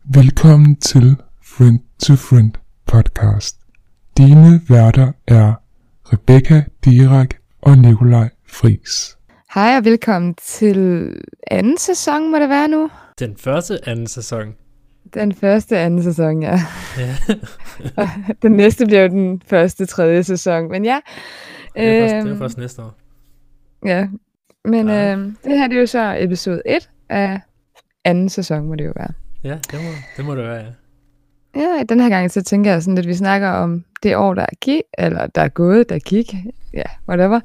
Velkommen til Friend to Friend podcast. Dine værter er Rebecca Dirac og Nikolaj Friis. Hej og velkommen til anden sæson, må det være nu? Den første anden sæson. Den første anden sæson, ja. Ja. Og den næste bliver jo den første tredje sæson, men ja. Det er først næste år. Ja, men det her det er jo så episode 1 af anden sæson, må det jo være. Ja, det må det være, ja. Ja, den her gang så tænker jeg sådan lidt, vi snakker om det år, der er gået, der gik, ja, whatever.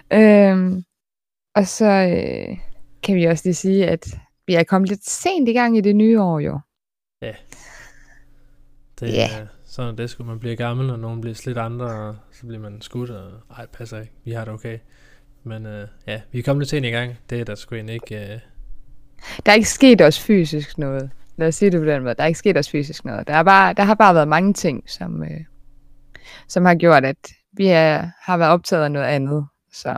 Og så kan vi også lige sige, at vi er kommet lidt sent i gang i det nye år, jo. Ja. Det er sådan, det skulle man blive gammel, og nogen bliver slidt andre, og så bliver man skudt, og ej, det passer ikke, vi har det okay. Men ja, vi er kommet lidt sent i gang, det er der sgu egentlig ikke... Der er ikke sket os fysisk noget. Lad os sige det på den måde. Der er ikke sket os fysisk noget. Der har bare været mange ting, som har gjort, at vi har været optaget af noget andet. Så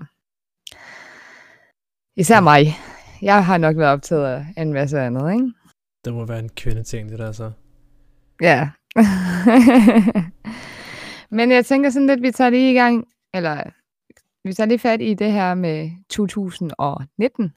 især mig. Jeg har nok været optaget af en masse andet, ikke? Det må være en kvindeting, det der så. Ja. Men jeg tænker sådan lidt, vi tager lige fat i det her med 2019.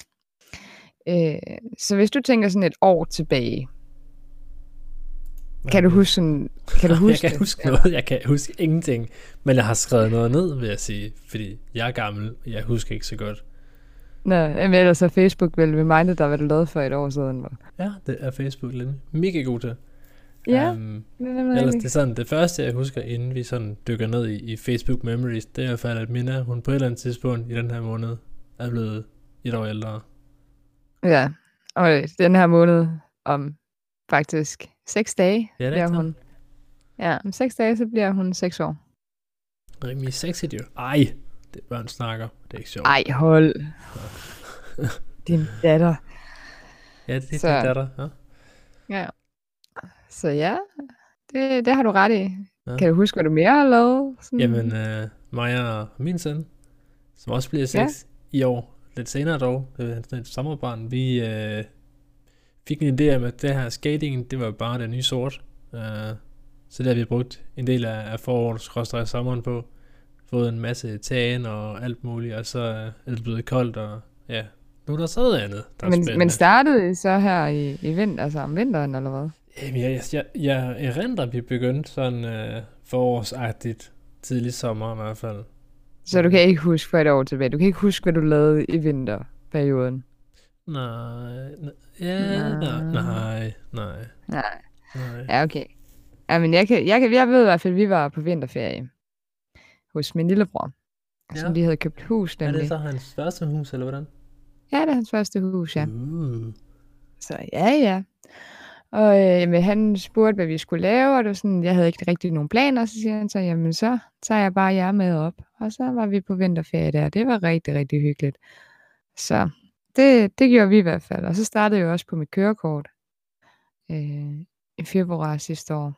Så hvis du tænker sådan et år tilbage, kan du huske jeg kan huske noget, jeg kan huske ingenting, men jeg har skrevet noget ned, vil jeg sige, fordi jeg er gammel, jeg husker ikke så godt. Nå, men ellers er Facebook vel reminde dig, hvad du lavede for et år siden. Ja, det er Facebook lidt mega god til. Ja, ellers det er sådan, det første jeg husker, inden vi sådan dykker ned i Facebook Memories, det er i hvert fald, at Minna, hun på et eller andet tidspunkt i den her måned, er blevet et år ældre. Ja, og den her måned om faktisk 6 dage bliver hun. Ja, om 6 dage, så bliver hun 6 år. Rimelig sexy, jo. Ej, det er børn snakker. Det er ikke sjovt. Ej, hold. Din datter. Ja, det er din datter. Ja. Så ja, det har du ret i. Ja. Kan du huske, hvad du mere har lavet? Sådan? Jamen, mig og min søn, som også bliver 6 i år. Lidt senere dog, det er et sommerbarn. Vi fik en idé om, at det her skating, det var bare det nye sort. Så det har vi brugt en del af foråret, sommeren på. Fået en masse tagen og alt muligt, og så er det blevet koldt, og ja, nu er der så noget andet, der er spændende. Men startede I så her i vinter, altså om vinteren, eller hvad? Jamen, jeg erindrer, at vi begyndte sådan forårsagtigt tidlig sommer i hvert fald. Så du kan ikke huske for et år tilbage? Du kan ikke huske, hvad du lavede i vinterperioden? Nej. Ja, okay. Ja, men jeg ved i hvert fald, at vi var på vinterferie hos min lillebror, som de havde købt hus. Er det så hans første hus, eller hvordan? Ja, det er hans første hus, ja. Så ja. Og han spurgte, hvad vi skulle lave, og det var sådan, jeg havde ikke rigtig nogen planer, og så siger han så, jamen så tager jeg bare jer med op. Og så var vi på vinterferie der, det var rigtig, rigtig hyggeligt. Så det gjorde vi i hvert fald, og så startede jeg også på mit kørekort i februar sidste år.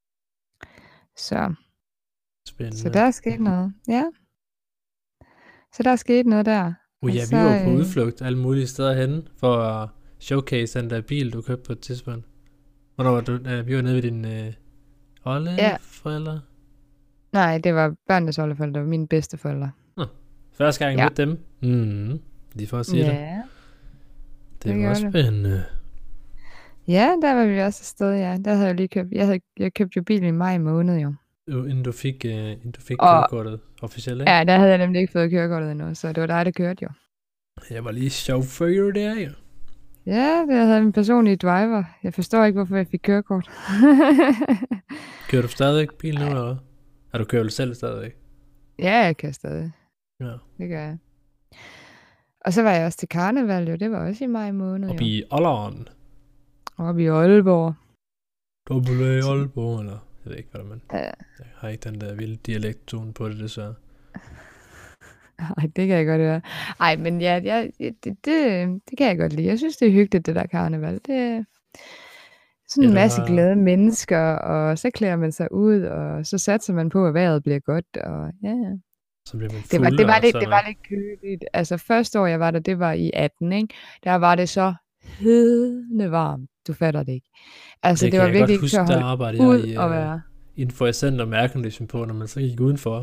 Så spændende. Så der er sket noget, ja. Så der er sket noget der. Ja, vi var på udflugt alle mulige steder henne, for at showcase den der bil, du købte på et tidspunkt. Hvornår var du? Vi var nede ved dine oldeforældre? Nej, det var børnenes oldeforældre, det var mine bedsteforældre. Første gang jeg mødte dem. Lige for at sige det. Det var også spændende. Ja, der var vi også afsted, ja. Der havde jeg lige købt. Jeg købte jo bilen i maj måned, jo. Inden du fik kørekortet officielt, ikke? Ja, der havde jeg nemlig ikke fået kørekortet endnu, så det var dig, der kørte jo. Jeg var lige chauffør der, jo. Ja, det havde min personlige driver. Jeg forstår ikke, hvorfor jeg fik kørekort. Kører du stadig bil nu, eller hvad? Har du kørt selv stadig? Ja, jeg kører stadig. Ja. Det gør jeg. Og så var jeg også til karneval, jo. Det var også i maj måned, Oppe i Ålderen? Oppe i Aalborg. Dobbelt i Aalborg, eller? Jeg ved ikke, hvad man... Ja. Jeg har ikke den der vilde dialekttone på det, desværre. Ej, det kan jeg godt høre. Ej, men ja, det kan jeg godt lide. Jeg synes, det er hyggeligt, det der karneval. Det er sådan en masse glade mennesker, og så klæder man sig ud, og så satser man på, at vejret bliver godt, og ja. Så bliver man fuld, det var lidt køligt. Altså, første år, jeg var der, det var i 18, ikke? Der var det så hedende varmt. du fatter det ikke. Altså, Det det kan var jeg virkelig godt ikke til huske, at der holde arbejdede ud jeg og være. inden for et center med aircondition på, når man så gik udenfor,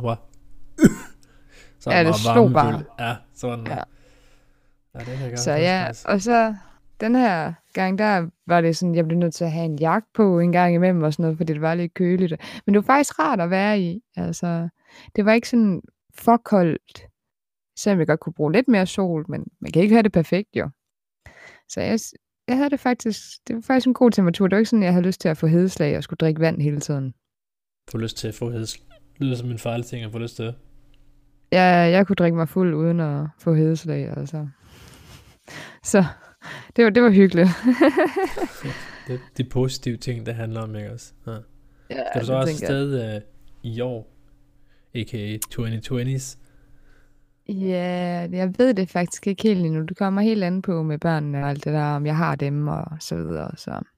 så Ja, var det slog varme bare. Ja, sådan der. Ja. Ja, det kan jeg Så godt ja, faktisk. og så den her gang, der var det sådan, jeg blev nødt til at have en jakke på en gang imellem og sådan noget, fordi det var lidt køligt. Men det var faktisk rart at være i. Altså, det var ikke sådan for koldt, selvom jeg godt kunne bruge lidt mere sol, men man kan ikke have det perfekt jo. Så jeg havde det var faktisk en god temperatur. Det var ikke sådan, jeg havde lyst til at få hedeslag og skulle drikke vand hele tiden. Få lyst til at få lyder som en farlig ting at få lyst til. Jeg kunne drikke mig fuld uden at få hedeslag, altså. Så det var hyggeligt. Det er de positive ting, det handler om, ikke også? Ja. Ja, Skal du så det også tænker jeg. afsted i år, a.k.a. 2020's? Ja, jeg ved det faktisk ikke helt endnu. Det kommer helt an på med børnene og alt det der, om jeg har dem og så videre.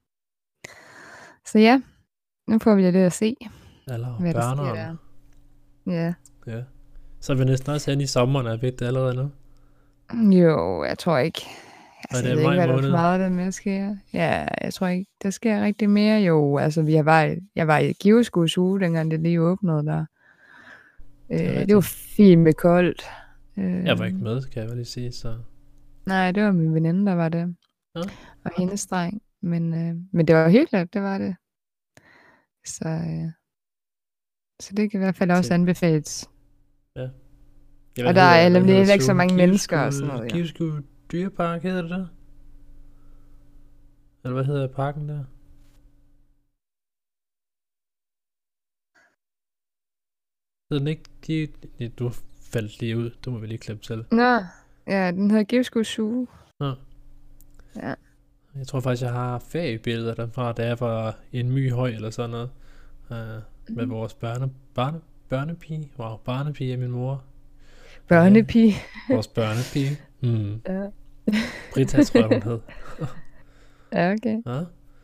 Så ja, nu får vi det at se, Eller hvad der sker børnerne? der. Ja. Ja. Så er vi næsten også henne i sommeren, er vi det allerede nu? Jo, jeg tror ikke. Og Altså, det jeg er ved ikke, maj hvad der er måned. for meget, der mere sker. Ja, jeg tror ikke, der sker rigtig mere. Jo, altså, jeg var i Giveskuds uge, dengang det lige åbnede der. Det var fint med koldt. Jeg var ikke med, kan jeg vel lige sige, så... Nej, det var min veninde, der var det. Ja. Og hendes dreng. Men det var hyggeligt, det var det. Så det kan i hvert fald også anbefales. Ja. Og der er nemlig ikke så mange mennesker og sådan noget. Ja. Giveskud Dyrepark hedder det der? Eller hvad hedder parken der? Hedder den ikke? Du faldt lige ud. Du må vi lige klippe til. Nå, ja, den hedder Giveskud Zoo. Nå. Ja. Jeg tror faktisk, jeg har feriebilleder derfra, da jeg var i en my høj eller sådan noget. Med vores børnepige. Wow, børnepige er min mor. Børnepige. Vores børnepige. Ja. Britta, tror jeg, hun hed. Ja, okay. Ja.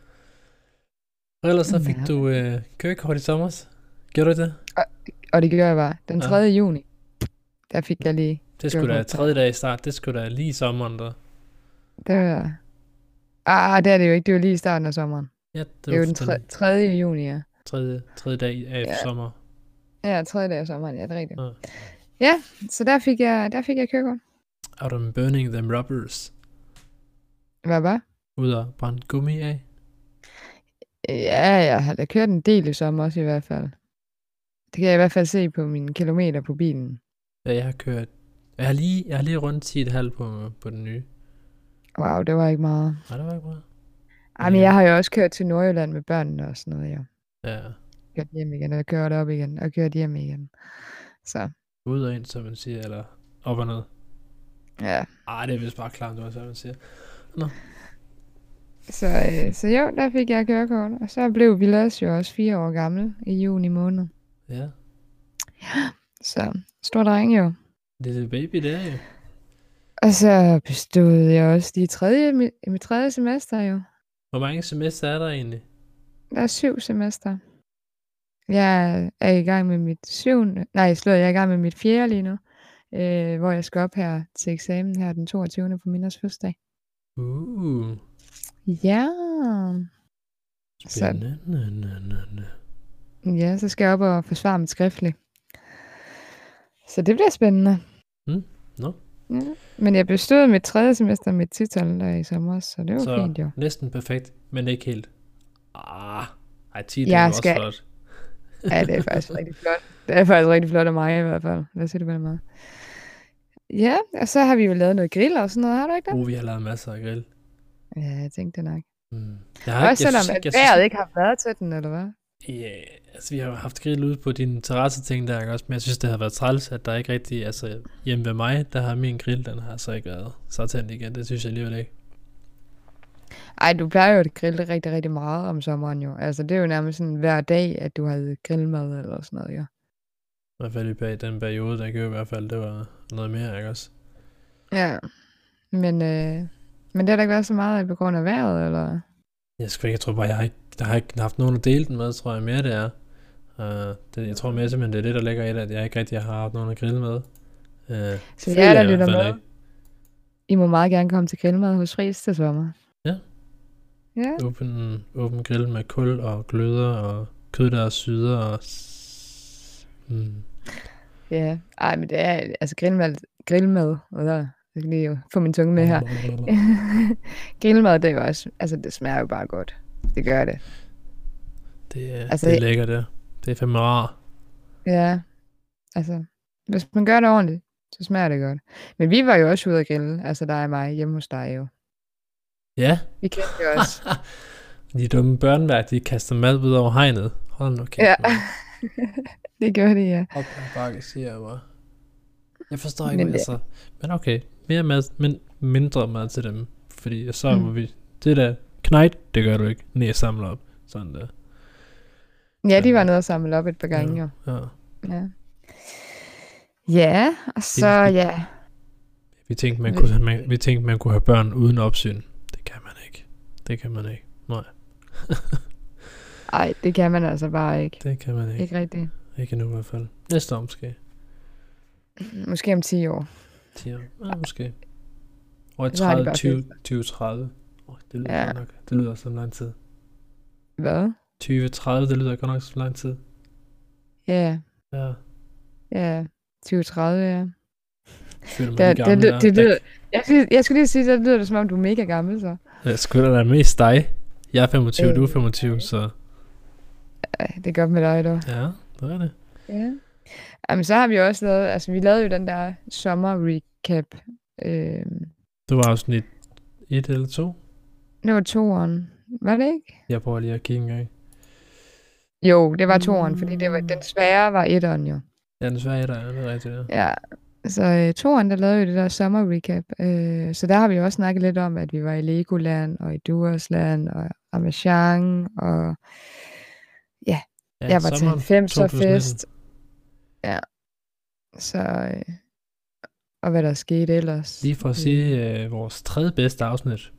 Og ellers så fik du kørekort i sommer. Gjorde du det? Og det gjorde jeg bare. Den 3. juni. Der fik jeg lige. Det skulle da 3. dag i start. Det skulle da lige i sommeren der. Det var... det er det jo ikke. Det var lige i starten af sommeren. Ja, det er jo den 3. juni, ja. 3. dag af sommer. Ja, 3. dag af sommeren, ja, det er rigtigt. Ja, så der fik jeg kørekort. Out of burning them rubbers. Hvad var? Ud af brænde gummi af. Ja, jeg har da kørt en del i sommer også i hvert fald. Det kan jeg i hvert fald se på mine kilometer på bilen. Ja, jeg har kørt... Jeg har lige rundt 10,5 på den nye. Wow, det var ikke meget. Nej, det var ikke meget. Ej, men jeg har jo også kørt til Nordjylland med børnene og sådan noget, ja. Ja. Kørt hjem igen, og kørt op igen, og kørt hjem igen. Så. Ud og ind, som man siger, eller op og ned. Ja. Ej, det er vist bare klart, hvad man siger. Nå. Så jo, der fik jeg kørekort. Og så blev Vilas jo også 4 år gammel i juni måned. Ja. Så stor dreng jo. Det er baby, det er jo. Og så bestod jeg også i mit 3. semester jo. Hvor mange semester er der egentlig? Der er 7 semester. Jeg er i gang med jeg er i gang med mit 4. lige nu. Hvor jeg skal op her til eksamen her den 22. på Minnas fødselsdag. Ja. Spændende. Ja, så skal jeg op og forsvare mit skriftligt. Så det bliver spændende. Nå. Ja. Men jeg bestod mit 3. semester med 10-tal der i sommer, så det var så fint jo. Næsten perfekt, men ikke helt. 10 det er også flot. Ja, det er faktisk rigtig flot. Det er faktisk rigtig flot af mig i hvert fald. Lad os sige det på den måde. Ja, og så har vi jo lavet noget grill og sådan noget, har du ikke det? Vi har lavet masser af grill. Ja, jeg tænkte det nok. Også selvom vejret ikke har været til den, eller hvad? Ja, altså vi har haft grill ude på din terrasse ting der, ikke også? Men jeg synes, det har været træls, at der ikke rigtig, altså hjemme ved mig, der har min grill, den har så ikke været så tændt igen. Det synes jeg alligevel ikke. Ej, du plejer jo at grille rigtig, rigtig meget om sommeren jo. Altså, det er jo nærmest sådan hver dag, at du havde grillmad eller sådan noget, jo. I hvert fald i den periode, der gjorde i hvert fald, det var noget mere, ikke også? Ja, men det har da ikke været så meget på grund af vejret, eller? Jeg tror bare, jeg har ikke haft nogen at dele den med, tror jeg mere det er. Jeg tror mere simpelthen, det er det, der ligger i det, at jeg ikke rigtig har haft nogen at grille med. Så jeg der lytter med. I må meget gerne komme til grillmad hos Friis til sommer. Ja. Ja. Åben grill med kul og gløder og kød, der er syder og... Ja, ej, men det er altså grillmad, og der jeg kan lige jo få min tunge med her. Grillmad, det er jo også, altså det smager jo bare godt. Det gør det. Det er lækkert, det. Det er fandme rart. Ja, altså, hvis man gør det ordentligt, så smager det godt. Men vi var jo også ude at grille, altså der er mig hjemme hos dig jo. Ja. Vi kendte jo også. De dumme børneværk, de kaster mad ud over hegnet. Hold nu kæft. Ja, det gør det, ja. Op på bakke, siger jeg bare. Jeg forstår ikke, altså. Men okay, mere mad, men mindre mad til dem. Fordi så må vi... Det der knægt, det gør du ikke. Nej, samle op. Sådan der. Ja, de var nede og samle op et par gange, jo. Ja. Ja, og så, ja. Vi tænkte, man kunne have børn uden opsyn. Det kan man ikke. Nej. Ej, det kan man altså bare ikke. Det kan man ikke. Ikke rigtigt. Ikke nu i hvert fald. Næste år måske. Måske om 10 år. 10 år? Ja, måske. Og 2030. Det lyder godt nok. Det lyder som lang tid. Hvad? 2030, det lyder godt nok som lang tid. Ja. Ja, 2030, ja. Jeg skulle lige sige, det lyder det, som om du er mega gammel, så. Jeg skulle da mest dig. Jeg er 25, du er 25, så... Ja, det er godt med dig, dog. Ja, det er det. Ja. Jamen, så har vi også lavet... Altså, vi lavede jo den der sommer-recap. Det var afsnit 1 eller 2? Det var 2'eren. Var det ikke? Jeg prøver lige at kigge en gang. Jo, det var 2'eren, fordi det var, den svære var 1'eren jo. Ja, den svære 1'eren, det er rigtigt, ja. Ja, så 2'eren, der lavede jo det der sommer-recap. Så der har vi jo også snakket lidt om, at vi var i Legoland, og i Djursland, og Ramachan, og ja, jeg var til en 90'er-fest. Ja, så... Og hvad der skete ellers. Lige for at sige vores tredje bedste afsnit.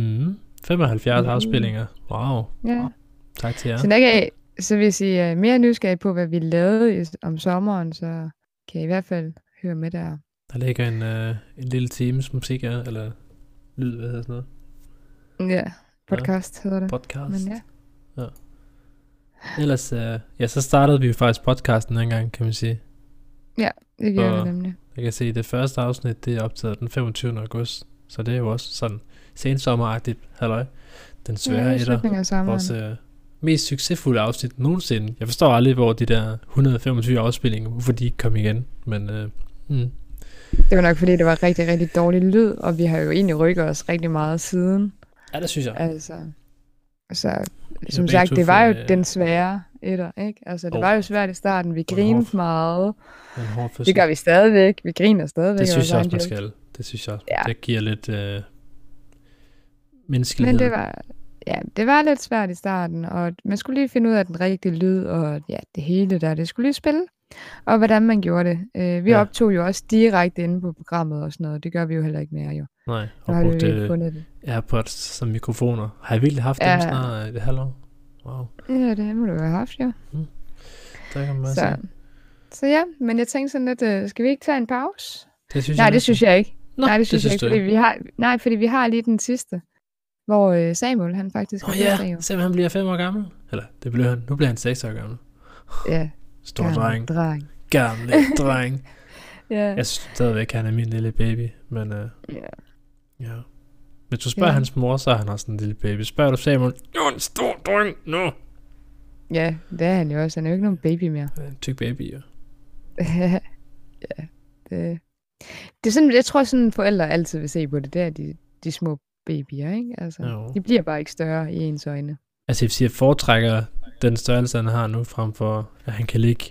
75 afspillinger. Wow. Ja. Tak til jer. Så vil jeg sige, mere nysgerrig på, hvad vi lavede om sommeren, så kan I hvert fald høre med der. Der ligger en lille times musik, eller lyd, hvad hedder sådan noget? Ja, podcast hedder det. Podcast. Men ja. Ellers, så startede vi jo faktisk podcasten dengang, kan man sige. Ja, det gjorde vi nemlig. Jeg kan se, at det første afsnit, det er optaget den 25. august. Så det er jo også sådan sensommeragtigt, halløj. Den svære etter. Vores mest succesfulde afsnit nogensinde. Jeg forstår aldrig, hvor de der 125 afspillinger, hvorfor de ikke kom igen. Men det var nok fordi, det var rigtig, rigtig dårlig lyd, og vi har jo egentlig rykket os rigtig meget siden. Ja, det synes jeg. Altså, som sagt, det var jo den svære etter, ikke? Altså, det var jo svært i starten. Vi grinede meget. Det gør vi stadigvæk. Vi griner stadigvæk. Det synes jeg også, man skal. Det synes jeg også. Ja. Det giver lidt menneskelighed. Men det var lidt svært i starten, og man skulle lige finde ud af den rigtige lyd, og ja, det hele der, det skulle lige spille. Og hvordan man gjorde det. Vi optog jo også direkte inde på programmet og sådan noget. Det gør vi jo heller ikke mere, jo. Nej, og brugte AirPods som mikrofoner. Har jeg virkelig haft dem snart det halvår? Wow. Ja, det må du have haft, jo. Det kan man sige. Så ja, men jeg tænkte sådan lidt, skal vi ikke tage en pause? Det synes det synes jeg ikke. Nå, nej, det synes jeg ikke, fordi vi har lige den sidste, hvor Samuel, han faktisk Samuel, han bliver 5 år gammel. Eller, det bliver han. Nu bliver han 6 år gammel. Ja. Stor dreng. Gamle dreng. Jeg synes stadigvæk, han er min lille baby. Men ja. Hvis du spørger hans mor, så er han også en lille baby. Spørger du Samuel, jo, en stor dreng nu. Ja, det er han jo også. Han er jo ikke nogen baby mere. En tyk baby, ja. Ja, det er sådan, jeg tror sådan forældre altid vil se på det, det er de små babyer, ikke? Altså, de bliver bare ikke større i ens øjne. Altså, hvis jeg foretrækker den størrelse, han har nu, frem for, at han kan ligge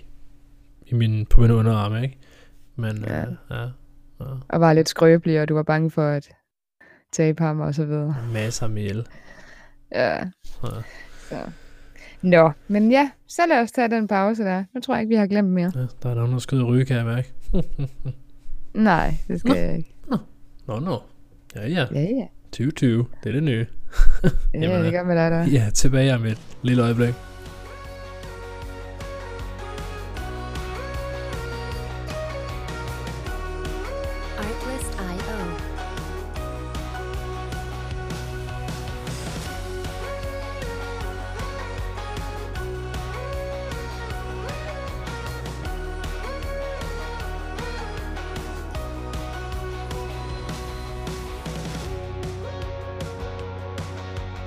på min underarm, ikke? Men, ja. Og var lidt skrøbelig, og du var bange for at tabe ham, og så videre. Masser af ihjel. Ja. Nå, men ja, så lad os tage den pause der. Nu tror jeg ikke, vi har glemt mere. Ja, der er nogen, der skyder ryge, kan jeg mærke. Nej, det skal jeg ikke. Nå. Ja. 2020, det er det nye. Ja, det gør med dig der. Ja, tilbage om et lille øjeblik.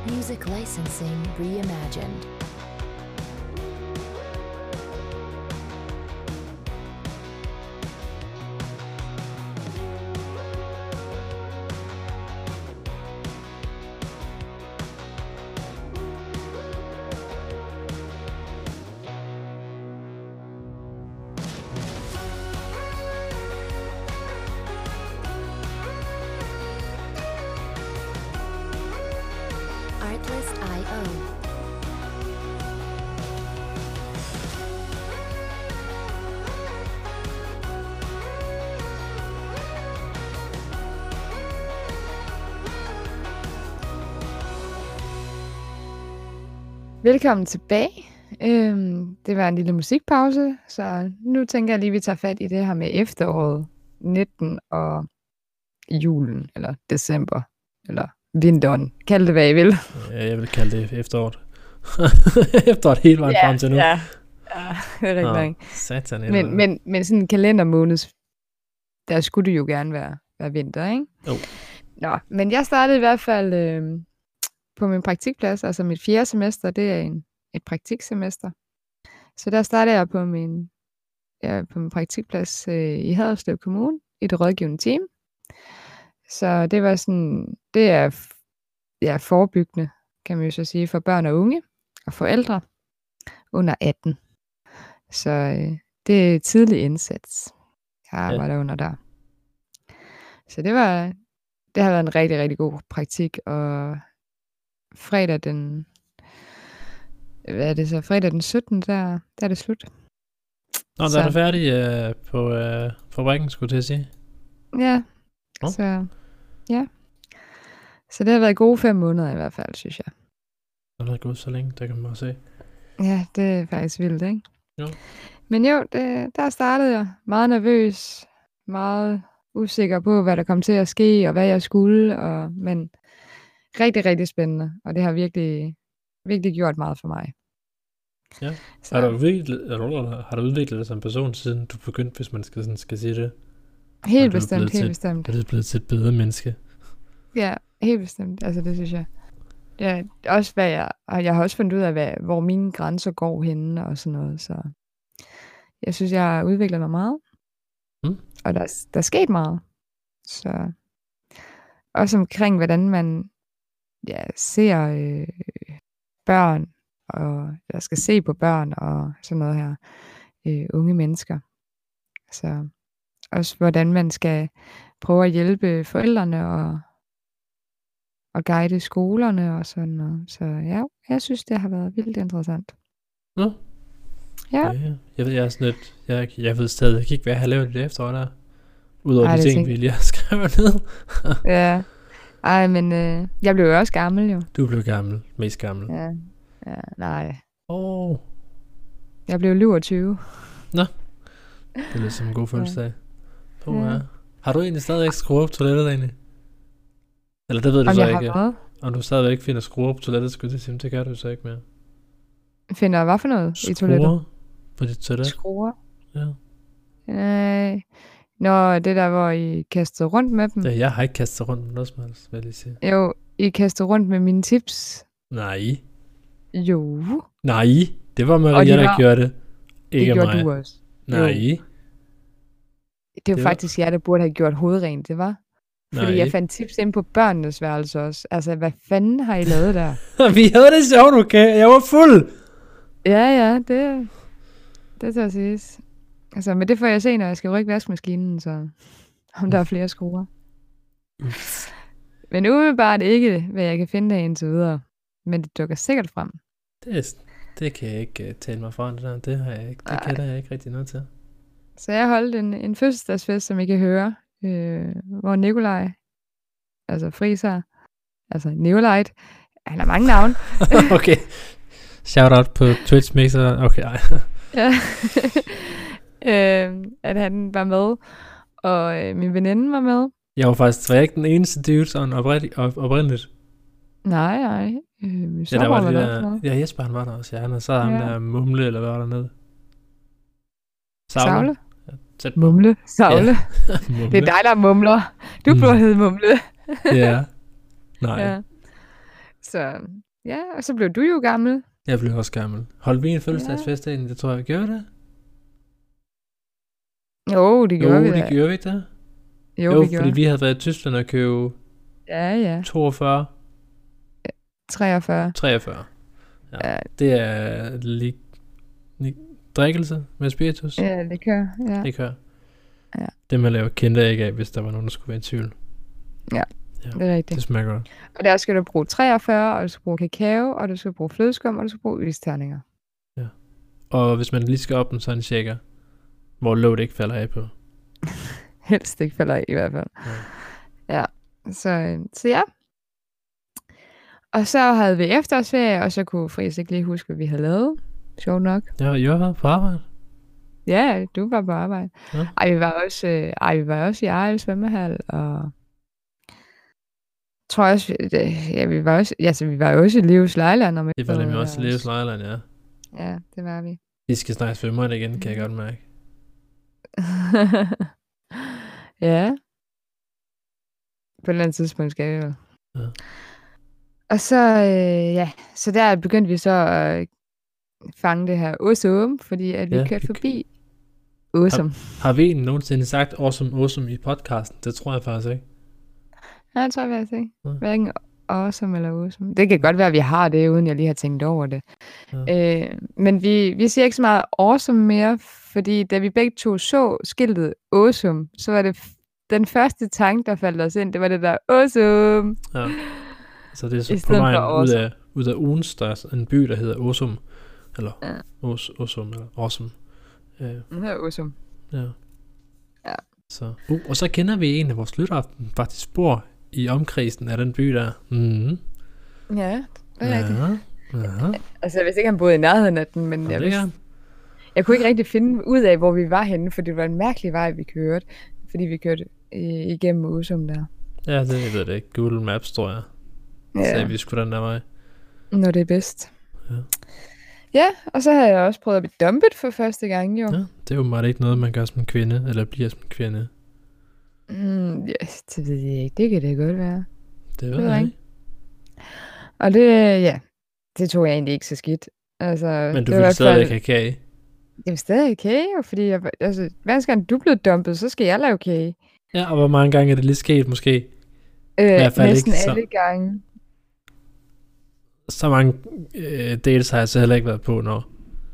Music licensing reimagined. Artlist.io. Velkommen tilbage. Det var en lille musikpause, så nu tænker jeg lige, at vi tager fat i det her med efteråret 19 og julen, eller december, eller vinteren. Kald det, hvad I vil. Ja, jeg vil kalde det efteråret. Efteråret hele vejen frem til nu. Ja, det er rigtig nok. Satan. Men sådan en kalendermåned, der skulle det jo gerne være vinter, ikke? Jo. Nå, men jeg startede i hvert fald på min praktikplads, altså mit 4. semester, det er et praktiksemester. Så der startede jeg på min praktikplads i Haderslev Kommune, i det rådgivende team. Så det var sådan, det er forebyggende, kan man jo så sige, for børn og unge og forældre under 18. Så det er tidlig indsats, jeg arbejder under der. Så det har været en rigtig, rigtig god praktik, og fredag den 17. der er det slut. Nå, der er du færdig på fabrikken, skulle jeg til at sige. Ja, så ja. Så det har været gode 5 måneder i hvert fald, synes jeg. Det har været gået så længe, der kan man også se. Ja, det er faktisk vildt, ikke? Jo. Men jo, der startede jeg meget nervøs, meget usikker på, hvad der kom til at ske, og hvad jeg skulle, men rigtig, rigtig spændende, og det har virkelig, virkelig gjort meget for mig. Ja. Har du udviklet dig som person, siden du begyndte, hvis man skal sige det? Helt bestemt. Er du blevet til et bedre menneske? Ja, helt bestemt. Altså, det synes jeg. Ja, også jeg har også fundet ud af, hvor mine grænser går henne og sådan noget, så jeg synes, jeg har udviklet mig meget. Og der er sket meget. Så også omkring, hvordan man ser børn, og jeg skal se på børn og sådan noget her, unge mennesker. Så også hvordan man skal prøve at hjælpe forældrene og guide skolerne og sådan noget. Så ja, jeg synes, det har været vildt interessant. Ja. Jeg ved stadig ikke, hvad jeg har lavet det efterår der. Udover de ting, vi lige har skrevet ned. Ja. Ej, men jeg blev jo også gammel, jo. Du blev gammel. Mest gammel. Ja, nej. Jeg blev 20. Nå. Det er lidt som en god fødselsdag. Ja. Har du egentlig stadig ikke skruet op toilettet egentlig? Eller det ved du så ikke. Om du stadigvæk ikke finder skruer på toilettet, skulle du sige, det gør du så ikke mere. Finder hvad for noget skruer i toilettet? Skruer på dit toilet? Skruer? Ja. Nå, det der, hvor I kastede rundt med dem. Ja, jeg har ikke kastet rundt med noget som helst, vil jeg lige sige. Jo, I kastede rundt med mine tips. Nej. Jo. Nej, det var Maria, der gjorde det. Ikke det mig. gjorde du også. Nej. Jo. Det var faktisk jer, der burde have gjort hovedrent, det var. Fordi jeg fandt tips ind på børnenes værelse også. Altså, hvad fanden har I lavet der? Vi havde det sjovt, okay? Jeg var fuld. Ja, det tager siges. Altså, men det får jeg se, når jeg skal rykke vaskemaskinen, så om der er flere skruer. Men umiddelbart ikke, hvad jeg kan finde af indtil videre. Men det dukker sikkert frem. Det kan jeg ikke tale mig fra, det der. Det har jeg ikke. Det kender jeg ikke rigtig noget til. Så jeg holdt en fødselsdagsfest, som I kan høre, hvor Nikolaj, altså Friser, altså Neolite, han har mange navne. Okay. Shout out på Twitch Mixer. Okay, ja. At han var med, og min veninde var med. Jeg var ikke den eneste dude, sådan oprindeligt. Nej. Ja, der var det der. Ja, Jesper, han var der også. Ja, han sad ham der Mumle, eller hvad var der nede? Savle? Ja, Mumle? Savle? Ja. Mumle. Det er dig, der mumler. Du burde hedde Mumle. Ja. Nej. Ja. Så ja, og så blev du jo gammel. Jeg blev også gammel. Holdt vi en fødselsdagsfest egentlig? Det tror jeg, vi gjorde det. Jo, det gjorde vi da. det gjorde vi ikke det. Jo, vi fordi gjorde. vi havde været i Tyskland og købe Ja. 42. 43. 43. Ja. Det er drikkelse med spiritus. Ja, det kører. Ja. Det kører. Ja. Det man laver kendte ikke af, hvis der var nogen, der skulle være i tvivl. Ja, det er rigtigt. Det smager godt. Og der skal du bruge 43, og du skal bruge kakao, og du skal bruge flødeskum, og du skal bruge isterninger. Ja. Og hvis man lige skal op en sådan shaker, hvor låget ikke falder af på. Helst ikke falder af i hvert fald. Ja. Så ja. Og så havde vi efterårsferie, og så kunne Friis ikke lige huske, hvad vi havde lavet. Sjovt nok. Ja, jeg var på arbejde. Ja, du var på arbejde. Ja. Vi var også i Ejl svømmehal, og tror også, vi var også i Leos Lejland. Det var nemlig også i Leos Lejland, ja. Ja, det var vi. Vi skal snart svømme igen, kan jeg godt mærke. Ja. På et eller andet tidspunkt skal vi jo. Ja. Og så, så der begyndte vi så at fange det her Åsum, fordi at vi kørte forbi Åsum. Har vi nogensinde sagt awesome i podcasten? Det tror jeg faktisk ikke. Ja, det tror jeg faktisk ikke. Hverken awesome eller Åsum. Det kan godt være, at vi har det, uden jeg lige har tænkt over det. Ja. Men vi siger ikke så meget awesome mere, fordi da vi begge to så skiltet Åsum, så var det den første tanke, der faldt os ind, det var det der Åsum. Ja. Så det er så på vejen ud af Odense, der er en by, der hedder Åsum. Eller Åsum, eller Åsum. Den hedder Åsum. Ja. Så, og så kender vi en af vores lyttere, faktisk bor i omkredsen af den by der. Mm-hmm. Ja, det er rigtigt. Ja. Altså, jeg vidste ikke, han boede i nærheden af den, men jeg kunne ikke rigtig finde ud af, hvor vi var henne, for det var en mærkelig vej, vi kørte. Fordi vi kørte igennem Åsum der. Ja, det ved det ikke. Google Maps, tror jeg. Så vi skulle den der vej. Når det er bedst. Ja. Ja, og så har jeg også prøvet at blive dumpet for første gang, jo. Ja, det er jo meget ikke noget, man gør som en kvinde, eller bliver som en kvinde. Det ved jeg ikke. Det kan det godt være. Det ved jeg ikke. Og det tog jeg egentlig ikke så skidt. Altså, men du vil stadig have kage? Jeg vil stadig have kage, fordi hver gang du blev dumpet, så skal jeg lave kage. Ja, og hvor mange gange er det lige sket, måske? I hvert fald næsten ikke alle gange. Så mange dates har jeg så heller ikke været på, når.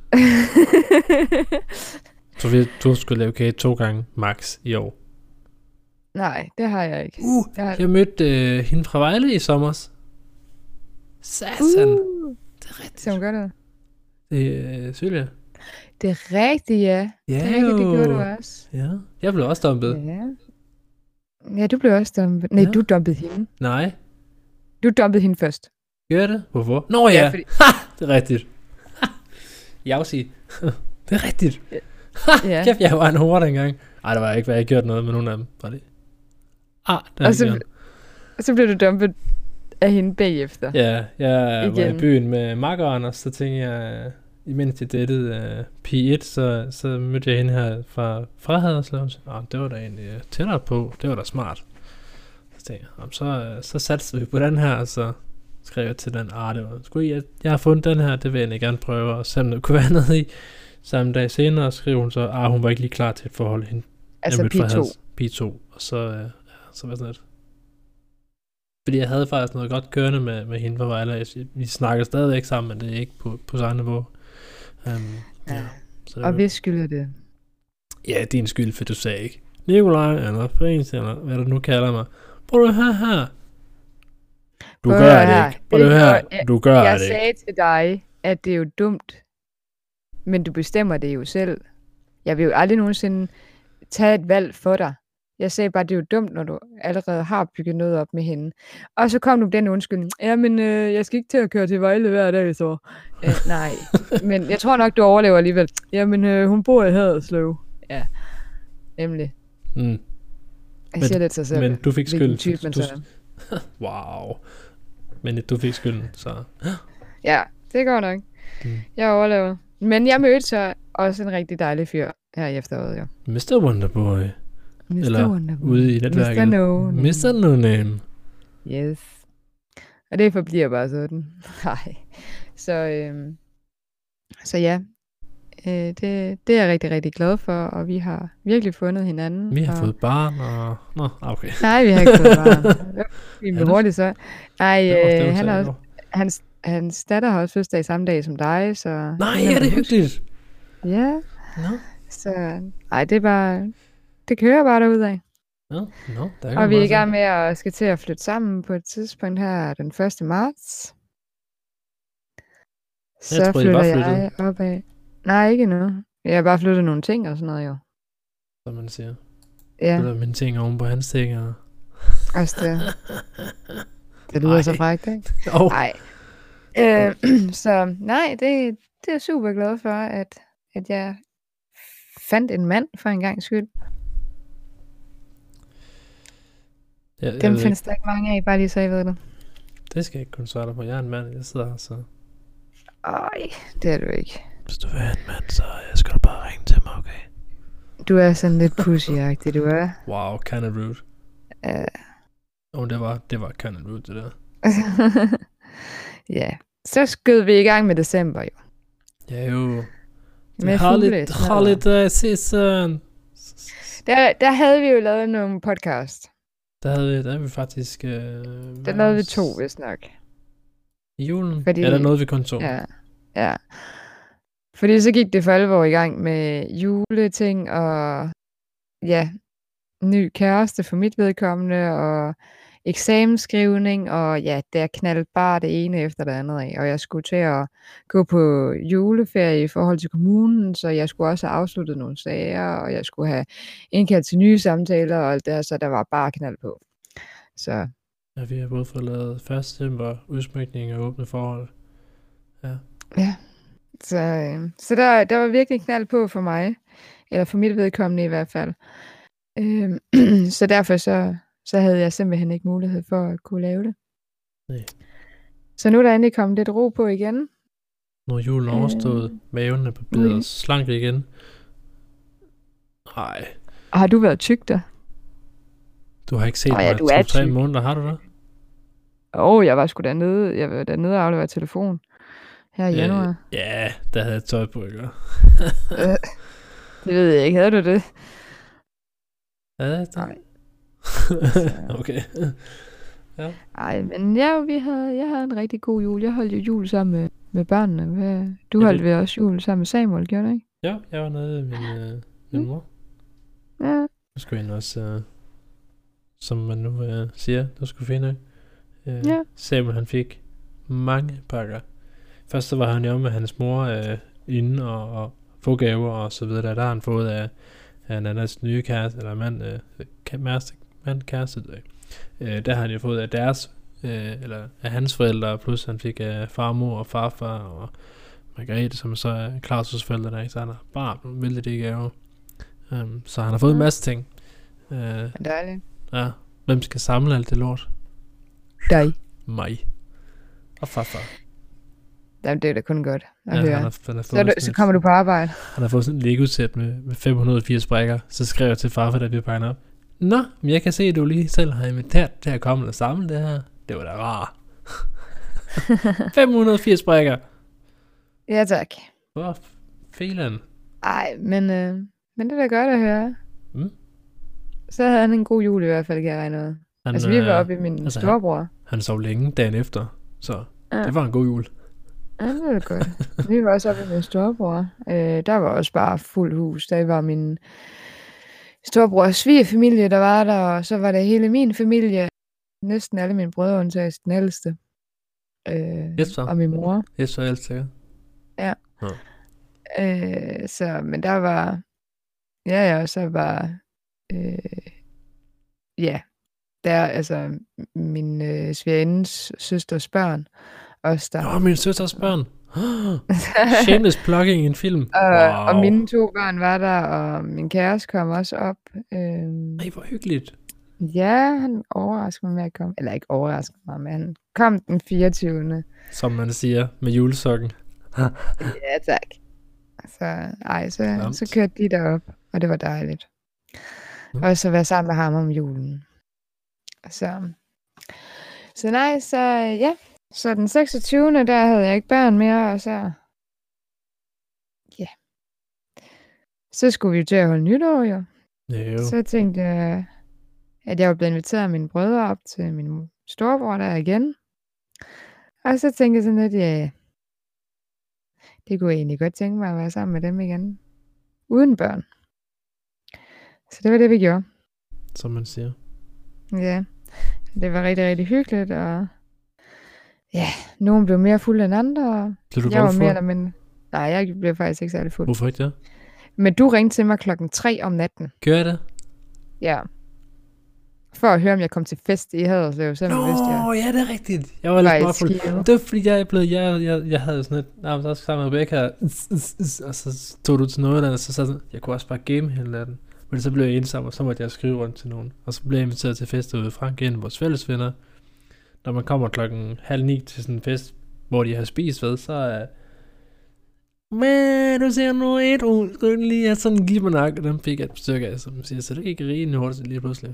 Så du skulle lave kage 2 gange max i år. Nej, det har jeg ikke. Jeg mødte hende fra Vejle i sommers. Satan. Det er rigtigt. Så hun gør det? Det er Sylvia. Det er rigtigt, ja. Ja, det er rigtigt, det gjorde du også. Ja, jeg blev også dumpet. Ja, du blev også dumpet. Nej, du dumpede hende. Nej. Du dumpede hende først. Gør det? Hvorfor? Nå ja, fordi... det er rigtigt. Javsi. Det er rigtigt. Ja. Kæft, jeg var en hore dengang. Ej, det var ikke, hvad jeg gjort noget med nogen af dem. Var det? Og så blev du dumpet af hende bagefter. Ja, jeg var i byen med makkeren, og så tænkte jeg, imens jeg dattede P1, så mødte jeg hende her fra Haderslev. Det var da egentlig tættere på. Det var da smart. Så tænkte jeg, så satte vi på den her, og så skrev jeg til den, det var sgu jeg har fundet den her, det vil jeg egentlig gerne prøve, og selvom det kunne være noget i. Samme dag senere skrev hun så, hun var ikke lige klar til et forhold hende. Altså P2. P2, og så var sådan lidt. Fordi jeg havde faktisk noget godt kørende med hende på Vejle. Vi snakker stadigvæk sammen, men det er ikke på samme niveau. Og hvis skylder det? Ja, din skyld, for du sagde ikke Nikolaj, eller Friis, eller hvad du nu kalder mig. Prøv at høre her. Du gør det ikke. Prøv at høre, du gør det ikke. Jeg sagde til dig, at det er jo dumt, men du bestemmer det jo selv. Jeg vil jo aldrig nogensinde tage et valg for dig. Jeg sagde bare, det er jo dumt, når du allerede har bygget noget op med hende. Og så kom du den undskyldning. Jamen, jeg skal ikke til at køre til Vejle hver dag, så. Nej, men jeg tror nok, du overlever alligevel. Jamen, hun bor i Haderslev. Ja, nemlig. Jeg siger det til sig selv. Men du fik skylden. Type, Wow. Men du fik skylden, så. Ja, det går nok. Jeg overlever. Men jeg mødte så også en rigtig dejlig fyr her i efteråret, jo. Mr. Wonderboy. Eller Wonderboy. Ude i netværket. Mr. No Name. Mr. No Name. Yes. Og det forbliver bare sådan. Nej. Så ja, det er jeg rigtig, rigtig glad for, og vi har virkelig fundet hinanden. Vi har fået barn, og... Nå, okay. Nej, vi har ikke fået barn. Vi er hurtigt så. Nej, Det var han er så også, hans datter har også fødselsdag samme dag som dig, så... Nej, er det hyggeligt? Ja. Nå. Så, det er bare... Det kører bare derudad. Nå, der Og vi er i gang med at skal til at flytte sammen på et tidspunkt her den 1. marts. Så flytter jeg opad. Nej, ikke endnu. Jeg har bare flyttet nogle ting og sådan noget jo. Som man siger. Ja. Flytter mine ting oven på hans ting. Og... Også det. Det lyder så frækt, ikke? Nej. Så nej, det er jeg super glad for, at jeg fandt en mand for en gang skyld. Dem findes der ikke mange af, bare lige så jeg ved det. Det skal jeg ikke kunne svare dig på. Jeg er en mand, jeg sidder her, så... Ej, det er du ikke. Hvis du vil have en mand, så skal du bare ringe til mig, okay? Du er sådan lidt pushy-agtig, du er. Wow, kind of rude. Det var kind of rude, det der. Ja, så skød vi i gang med december, jo. Ja, jo. Med holiday season. Der havde vi jo lavet nogle podcast. Der havde vi faktisk... der lavede vi 2, vist nok. I julen? Eller nåede vi kun 2? Ja. Fordi så gik det for alvor i gang med juleting og ny kæreste for mit vedkommende og eksamensskrivning og der knaldte bare det ene efter det andet af. Og jeg skulle til at gå på juleferie i forhold til kommunen, så jeg skulle også have afsluttet nogle sager, og jeg skulle have indkaldt til nye samtaler og alt det her, så der var bare knald på. Så... Ja, vi har både fået lavet 1. december, udsmykning og åbne forhold. Ja. Så der var virkelig knald på for mig, eller for mit vedkommende i hvert fald. Så derfor så havde jeg simpelthen ikke mulighed for at kunne lave det. Nej. Så nu er der endelig kommet lidt ro på igen. Nu er julen overstået, maven er blevet slank igen. Nej. Har du været tyk der? Du har ikke set mig i 2-3 måneder, har du det? Jeg var sgu dernede. Jeg var dernede og aflevere telefon. Her i januar. Ja, der havde jeg tøj på, ikke? Det ved jeg ikke. Havde du det? Ja, nej. Okay. Ja. Ej, men jeg havde en rigtig god jul. Jeg holdt jo jul sammen med børnene. Du holdt vel også jul sammen med Samuel, gjorde du ikke? Ja, jeg var nede med min mor. Ja. Nu skulle jeg også, som man nu siger, du skulle finde. Samuel, han fik mange pakker. Først så var han jo med hans mor inde og få gaver og så videre. Der har han fået af Nannas nye kæreste, eller kæreste. Der har han jo fået af deres, eller af hans forældre, plus han fik af farmor og farfar og Margrethe, som så er Claus' forældre der, ikke? Så han har bare vældig det gaver. Så han har fået en masse ting. Dejligt. Ja. Hvem skal samle alt det lort? Dig. Mig. Og farfar. Jamen, det er da kun godt at høre. Så kommer du på arbejde. Han har fået sådan et Lego-sæt med 580 brækker. Så skrev jeg til farfar, da vi pegner op. Nå, men jeg kan se, at du lige selv har inviteret til at komme og samle det her. Det var da rart. 580 brækker. Ja, tak. Hvor filen. Ej, men det er da godt at høre. Så havde han en god jul i hvert fald, kan jeg regne ud. Altså, vi var oppe i min storebror. Han sov længe dagen efter, så det var en god jul. Ja, det var godt. Vi var også oppe i min storebror. Der var også bare fuld hus. Der var min storebrors svigerfamilie, der var der, og så var det hele min familie. Næsten alle mine brødre, undtagen den ældste. Og min mor. Jesper er ældste, ja. Så, men der var... Ja, så var... der altså min svigerindes søsters børn også der. Min søsters børn. Shameless plugging i en film. Og mine 2 børn var der, og min kæreste kom også op. Ej, hvor hyggeligt. Ja, han overraskede mig med at komme. Eller ikke overraskede mig, men han kom den 24. Som man siger, med julesokken. Ja, tak. Så kørte de derop, og det var dejligt. Og så være sammen med ham om julen. Så Så nej, så ja. Så den 26. der havde jeg ikke børn mere, og så... Ja. Så skulle vi jo til at holde nytår, jo. Jo. Så tænkte jeg, at jeg var blevet inviteret af mine brødre op til min storebror der igen. Og så tænkte jeg sådan lidt, ja, det kunne jeg egentlig godt tænke mig at være sammen med dem igen. Uden børn. Så det var det, vi gjorde. Som man siger. Ja, det var rigtig, rigtig hyggeligt, og ja, nogen blev mere fuld end andre, og Blev du jeg var voldfuld? mere eller mindre... Nej, jeg blev faktisk ikke særlig fuld. Hvorfor ikke det? Men du ringte til mig 3:00 om natten. Gør jeg det? Ja. For at høre, om jeg kom til fest i Haderslev, selvom Nå, du vidste, jeg ja, det er rigtigt. Jeg var var lidt i småfuld. Skive. Det var fordi, jeg havde sådan et, så sammen med Rebecca, og så tog du til noget, og så sagde jeg, jeg kunne også bare game hele natten. Men så blev jeg ensom, og så måtte jeg skrive rundt til nogen. Og så blev jeg inviteret til fest ude i Frank, en af vores fælles venner. Når man kommer 8:30 til sådan en fest, hvor de har spist ved, så er... Men du ser nu et ud, skal du lige have sådan en gibbernak, og dem fik jeg et stykke af, som siger, så det kan ikke rige hurtigt lige pludselig.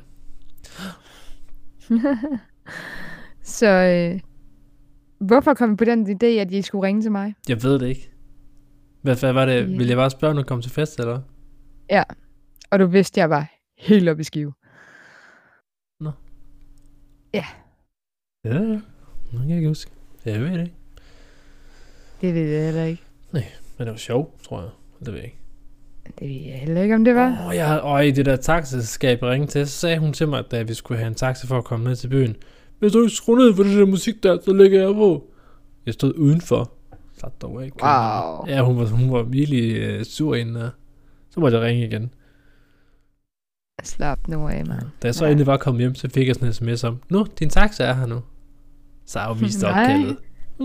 Så hvorfor kom vi på den idé, at I skulle ringe til mig? Jeg ved det ikke. Hvad var det? Ja. Vil jeg bare spørge, når du kom til fest, eller? Ja, og du vidste, jeg var helt oppe i Skive. Nå. Ja. Ja, det kan jeg ikke huske. Jeg ved det ikke. Det ved jeg heller ikke. Men det var sjovt, tror jeg. Det ved jeg ikke. Det ved jeg heller ikke, om det var. I det der taxaskab jeg ringte til, så sagde hun til mig, at da vi skulle have en taxa for at komme ned til byen. Hvis du ikke skruer ned for det der musik der, så lægger jeg på. Jeg stod udenfor. Så dog ikke. Wow. Ja, hun var virkelig sur inden der. Så måtte jeg ringe igen. Slap nu af, mand. Da jeg så endelig var kommet hjem, så fik jeg sådan en sms om, nu, din taxa er her nu. Så afviste opkaldet.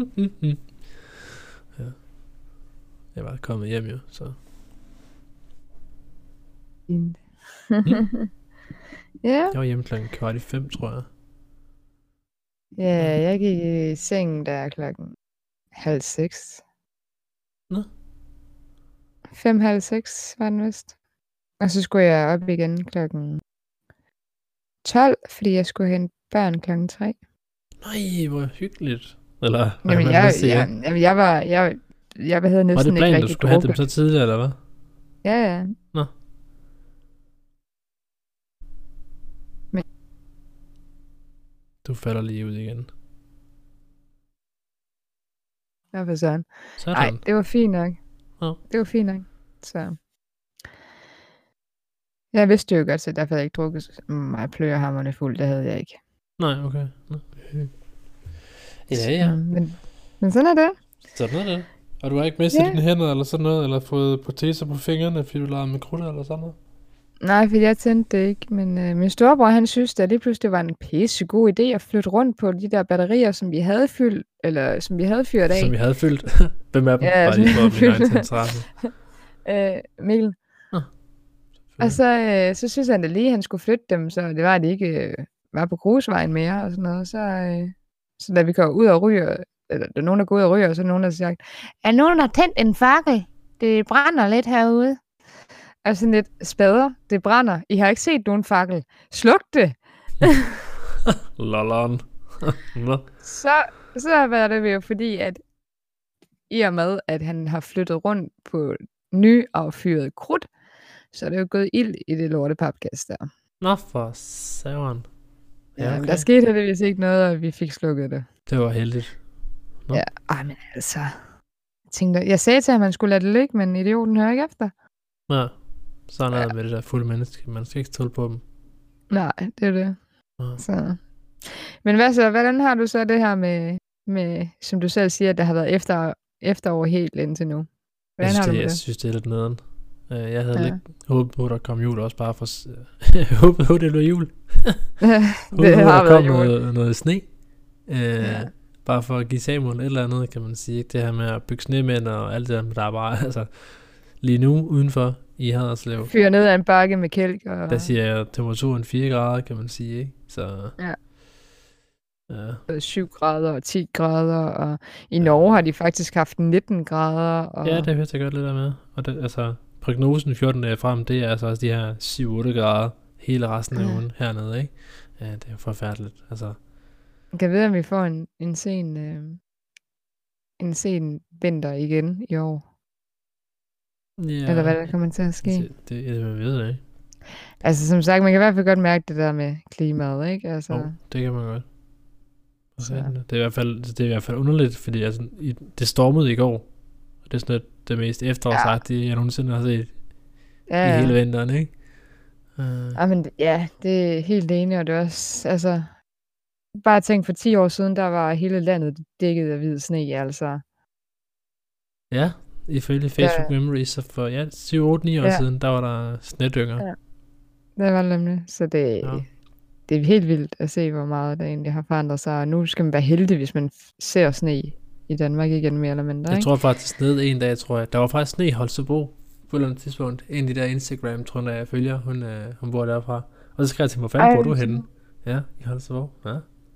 Ja. Jeg var kommet hjem jo, så. Fint. Ja. Jeg var hjemme 4:45, tror jeg. Ja, jeg gik i sengen der 5:30. Nå. 5:30 var den vist. Og så skulle jeg op igen 12, fordi jeg skulle hente børn 3:00. Nej, hvor hyggeligt. Eller, Jamen, jeg havde var næsten det planen, ikke du rigtig skulle have dem drukket. så tidligt, eller hvad? Ja. Nå. Men Du falder lige ud igen. hvad for sådan? Sådan. Nej, det var fint nok. Ja. Det var fint nok. Så. Jeg vidste jo godt, så derfor havde jeg ikke drukket mig pløjerhammerne fuld. Det havde jeg ikke. Nej, okay. Nå. Ja. Så, men sådan er det. Sådan er det. Og du har ikke mistet dine hænder eller sådan noget, eller fået proteser på fingrene, fordi du lavede med krutter eller sådan noget? Nej, for jeg tændte det ikke, men min storebror, han synes, at lige pludselig var en pissegod idé at flytte rundt på de der batterier, som vi havde fyldt, eller som vi havde fyret af. Som vi havde fyldt. Hvem af dem? Ja, Bare lige for min egen interesse. Mikkel. Og så synes han da lige, at han skulle flytte dem, så det var, at de ikke var på grusvejen mere og sådan noget. Så da vi går ud og ryger, eller der er nogen, der går ud og ryger, og så er nogen, der har sagt, er nogen, der har tændt en fakkel? Det brænder lidt herude. Og sådan lidt, spader, det brænder. I har ikke set nogen fakkel. Sluk det! Lolon. Så var det jo fordi, at i og med, at han har flyttet rundt på nyaffyret krudt, så er det jo gået ild i det lortepapkast der. Nå for saveren. Ja, okay. Der skete heldigvis ikke noget, og vi fik slukket det. Det var heldigt. Nå. Ja, men altså. Jeg sagde til ham, at man skulle lade det ligge, men idioten hører ikke efter. Ja, sådan er det med det der fulde menneske. Man skal ikke stole på dem. Nej, det er det. Ja. Så. Men hvordan har du så det her med som du selv siger, at der har været efterår helt indtil nu? Hvordan har du det? Jeg synes, det er lidt nederen. Jeg havde lidt håbet på, at der kom jul også bare for... Jeg håbede på, at det blev jul. Det har været jul. Noget sne. Bare for at give Samuel et eller andet, kan man sige. Det her med at bygge snemænd og alt det der er bare... Altså, lige nu udenfor i Haderslev. Fyre ned af en bakke med kælk. Og... Der siger jeg temperaturen 4 grader, kan man sige. Ikke? Så... Ja. 7 Ja. grader og 10 grader, og i Norge har de faktisk haft 19 grader. Og... Ja, det hørte jeg godt lidt af med. Og det, altså, prognosen 14 dage frem, det er altså også de her 7-8 grader hele resten af ugen hernede, ikke? Ja, det er jo forfærdeligt. Altså, Kan vide, om vi får en sen vinter igen i år. Ja, Eller hvad der kommer til at ske. det man ved, ikke? Altså som sagt, man kan i hvert fald godt mærke det der med klimaet, ikke? Altså, Det kan man godt. så, Det er i hvert fald underligt, fordi altså, det stormede i går. Og det er sådan noget, det mest efterårsagtige, jeg nogensinde har set i hele vinteren, ikke? Men ja, det er helt enig, og det er også, altså, bare tænk for 10 år siden, der var hele landet dækket af hvid sne, altså. Ja, ifølge Facebook Memories, så for 7-8-9 år siden, der var der snedynger. Ja. Det var det nemlig, så det er helt vildt at se, hvor meget det egentlig har forandret sig, og nu skal man være heldig, hvis man ser sne i Danmark igen, mere eller mindre, Jeg tror faktisk ned en dag, der var faktisk sne i Holstebro, på et eller andet tidspunkt. En af de der Instagram, tror jeg følger, hun bor derfra. Og så skrev jeg til mig, hvor fanden bor du henne? Ja, i Holstebro. Ja.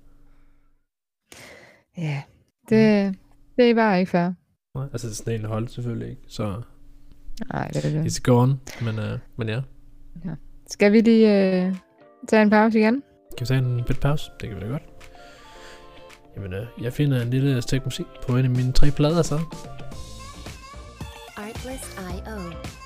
Ja, det er bare ikke fair. Nej, altså sneen holdt selvfølgelig ikke, så Nej, det er det. it's gone, men ja. Skal vi lige tage en pause igen? Kan vi tage en bit pause? Det kan vi da godt. Jamen, jeg finder en lille stykke musik på en af mine 3 plader, så. Artlist.io.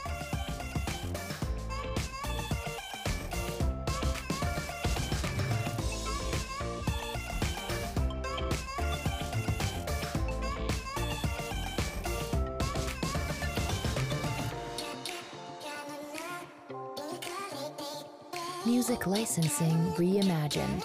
Music licensing reimagined.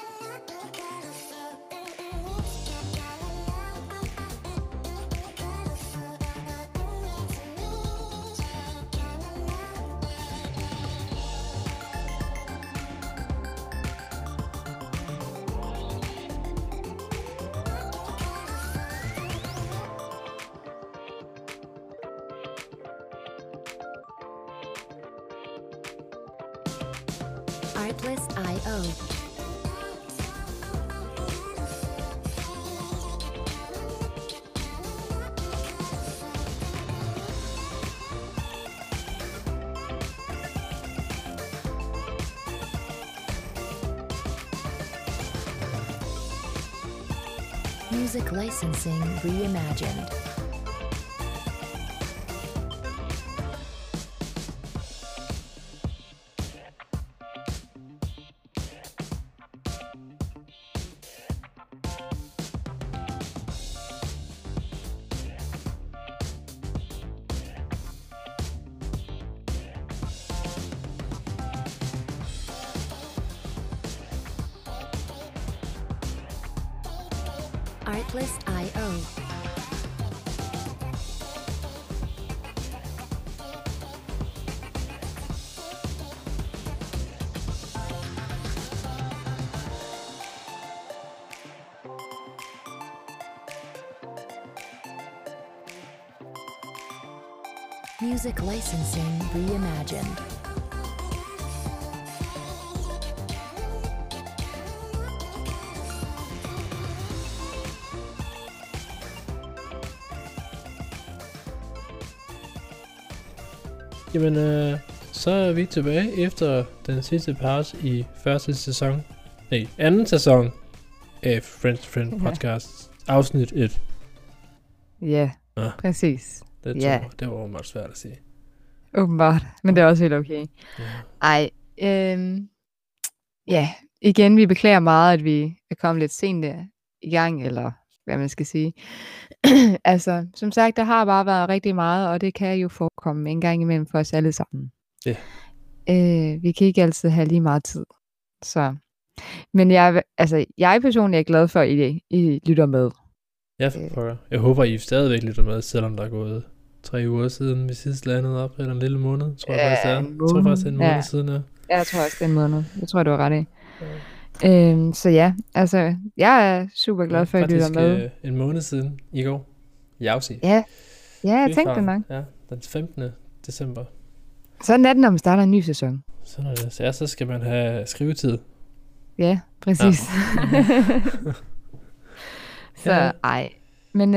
Artlist.io. Music licensing reimagined. Artlist.io. Music licensing reimagined. Jamen, så er vi tilbage efter den sidste pause i anden sæson af Friends to Friend podcast, afsnit 1. Ja, præcis. Det var meget svært at sige. Åbenbart, men det er også helt okay. Ja. Igen, vi beklager meget, at vi er kommet lidt sent i gang, eller hvad man skal sige. Altså, som sagt, der har bare været rigtig meget, og det kan jo forekomme en gang imellem for os alle sammen. Ja. Vi kan ikke altid have lige meget tid. Så. Men jeg personligt er glad for, at I lytter med. Jeg håber, I stadigvæk lytter med, selvom der er gået 3 uger siden vi sidst landede op, eller en lille måned, tror jeg faktisk det er. Jeg tror faktisk, det er en måned siden, ja. Jeg tror også, det er en måned. Jeg tror, du har ret i. Så ja, altså, jeg er super glad for, at I lytter med. Faktisk en måned siden i går. Jausi. Ja, jeg tænkte det nok. Ja, den 15. december. Sådan er det, når man starter en ny sæson. Sådan er det. Ja, så skal man have skrivetid. Ja, præcis. Så men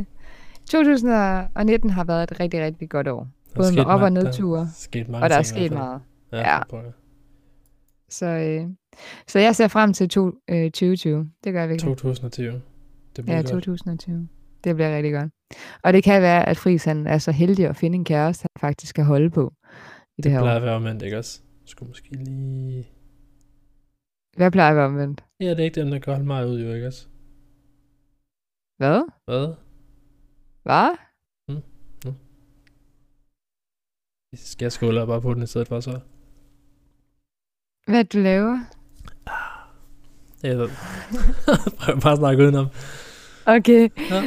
2019 har været et rigtig, rigtig godt år. Både med op- og nedture. Og der er sket meget. Ja. Så jeg ser frem til 2020. Det gør jeg virkelig. 2020. Det bliver Ja, godt. 2020. Det bliver rigtig godt. Og det kan være, at Friis han er så heldig at finde en kæreste, han faktisk skal holde på i det her plejer år. at være omvendt, ikke også? Skulle måske lige... Hvad plejer at være omvendt? Ja, det er ikke dem, der kan holde mig ud, jo, ikke også? Hvad? Hvad? Hvad? Skal jeg skåle op bare på den i stedet for så? Hvad du laver? Jeg prøver bare at snakke udenom. Okay. Ja.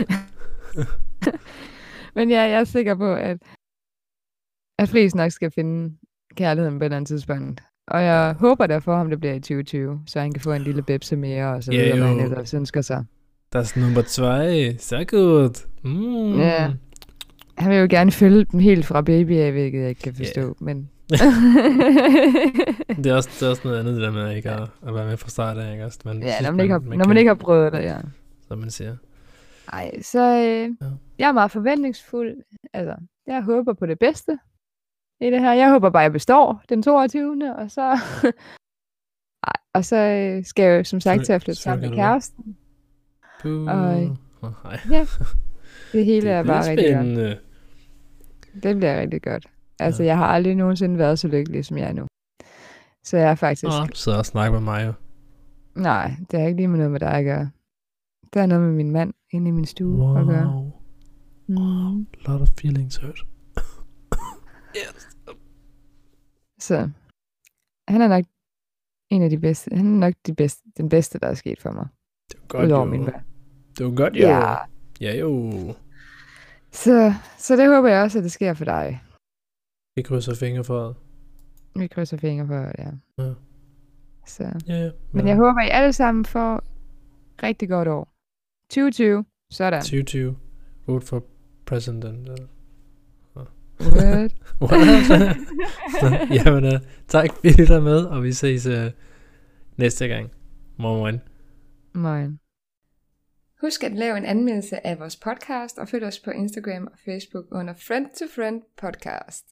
Men ja, jeg er sikker på, at Friis nok skal finde kærligheden på et eller andet tidspunkt. Og jeg håber derfor, ham det bliver i 2020, så han kan få en lille bebse mere, og så videre, hvad han ellers ønsker sig. Das nummer 2. Sehr gut. Ja. Han vil jo gerne følge dem helt fra baby af, hvilket jeg ikke kan forstå, men... det er også noget andet, det der med ikke at være med fra start af, ikke også? Man, ja, når man ikke har prøvet det, ja. Som man siger. Ej, så jeg er meget forventningsfuld. Altså, jeg håber på det bedste i det her. Jeg håber bare, jeg består den 22. Og så... og så skal jeg jo som sagt til at flytte sammen med kæresten. Og ja, det hele er bare rigtig godt. Det bliver rigtig godt. Altså, jeg har aldrig nogensinde været så lykkelig, som jeg er nu. Så jeg er faktisk... du sidder og snakker med mig jo. Nej, det er ikke lige med noget med dig at gøre. Der er noget med min mand inde i min stue at gøre. Wow, lot of feelings hurt. Yes. Så han er nok en af de bedste. Han er nok den bedste, der er sket for mig. Det var godt udover jo. Min mand. Det var godt jo. Ja. Ja jo. Så det håber jeg også, at det sker for dig. Vi krydser fingre for det. Vi krydser fingre for det, ja. Så. Ja. Men jeg håber, I alle sammen får rigtig godt år. 2020. Sådan. 2020. Vote for president. What? Jamen, tak fordi I lytter med, og vi ses næste gang. Morgen. Morgen. Husk at lave en anmeldelse af vores podcast, og følg os på Instagram og Facebook under Friend to Friend Podcast.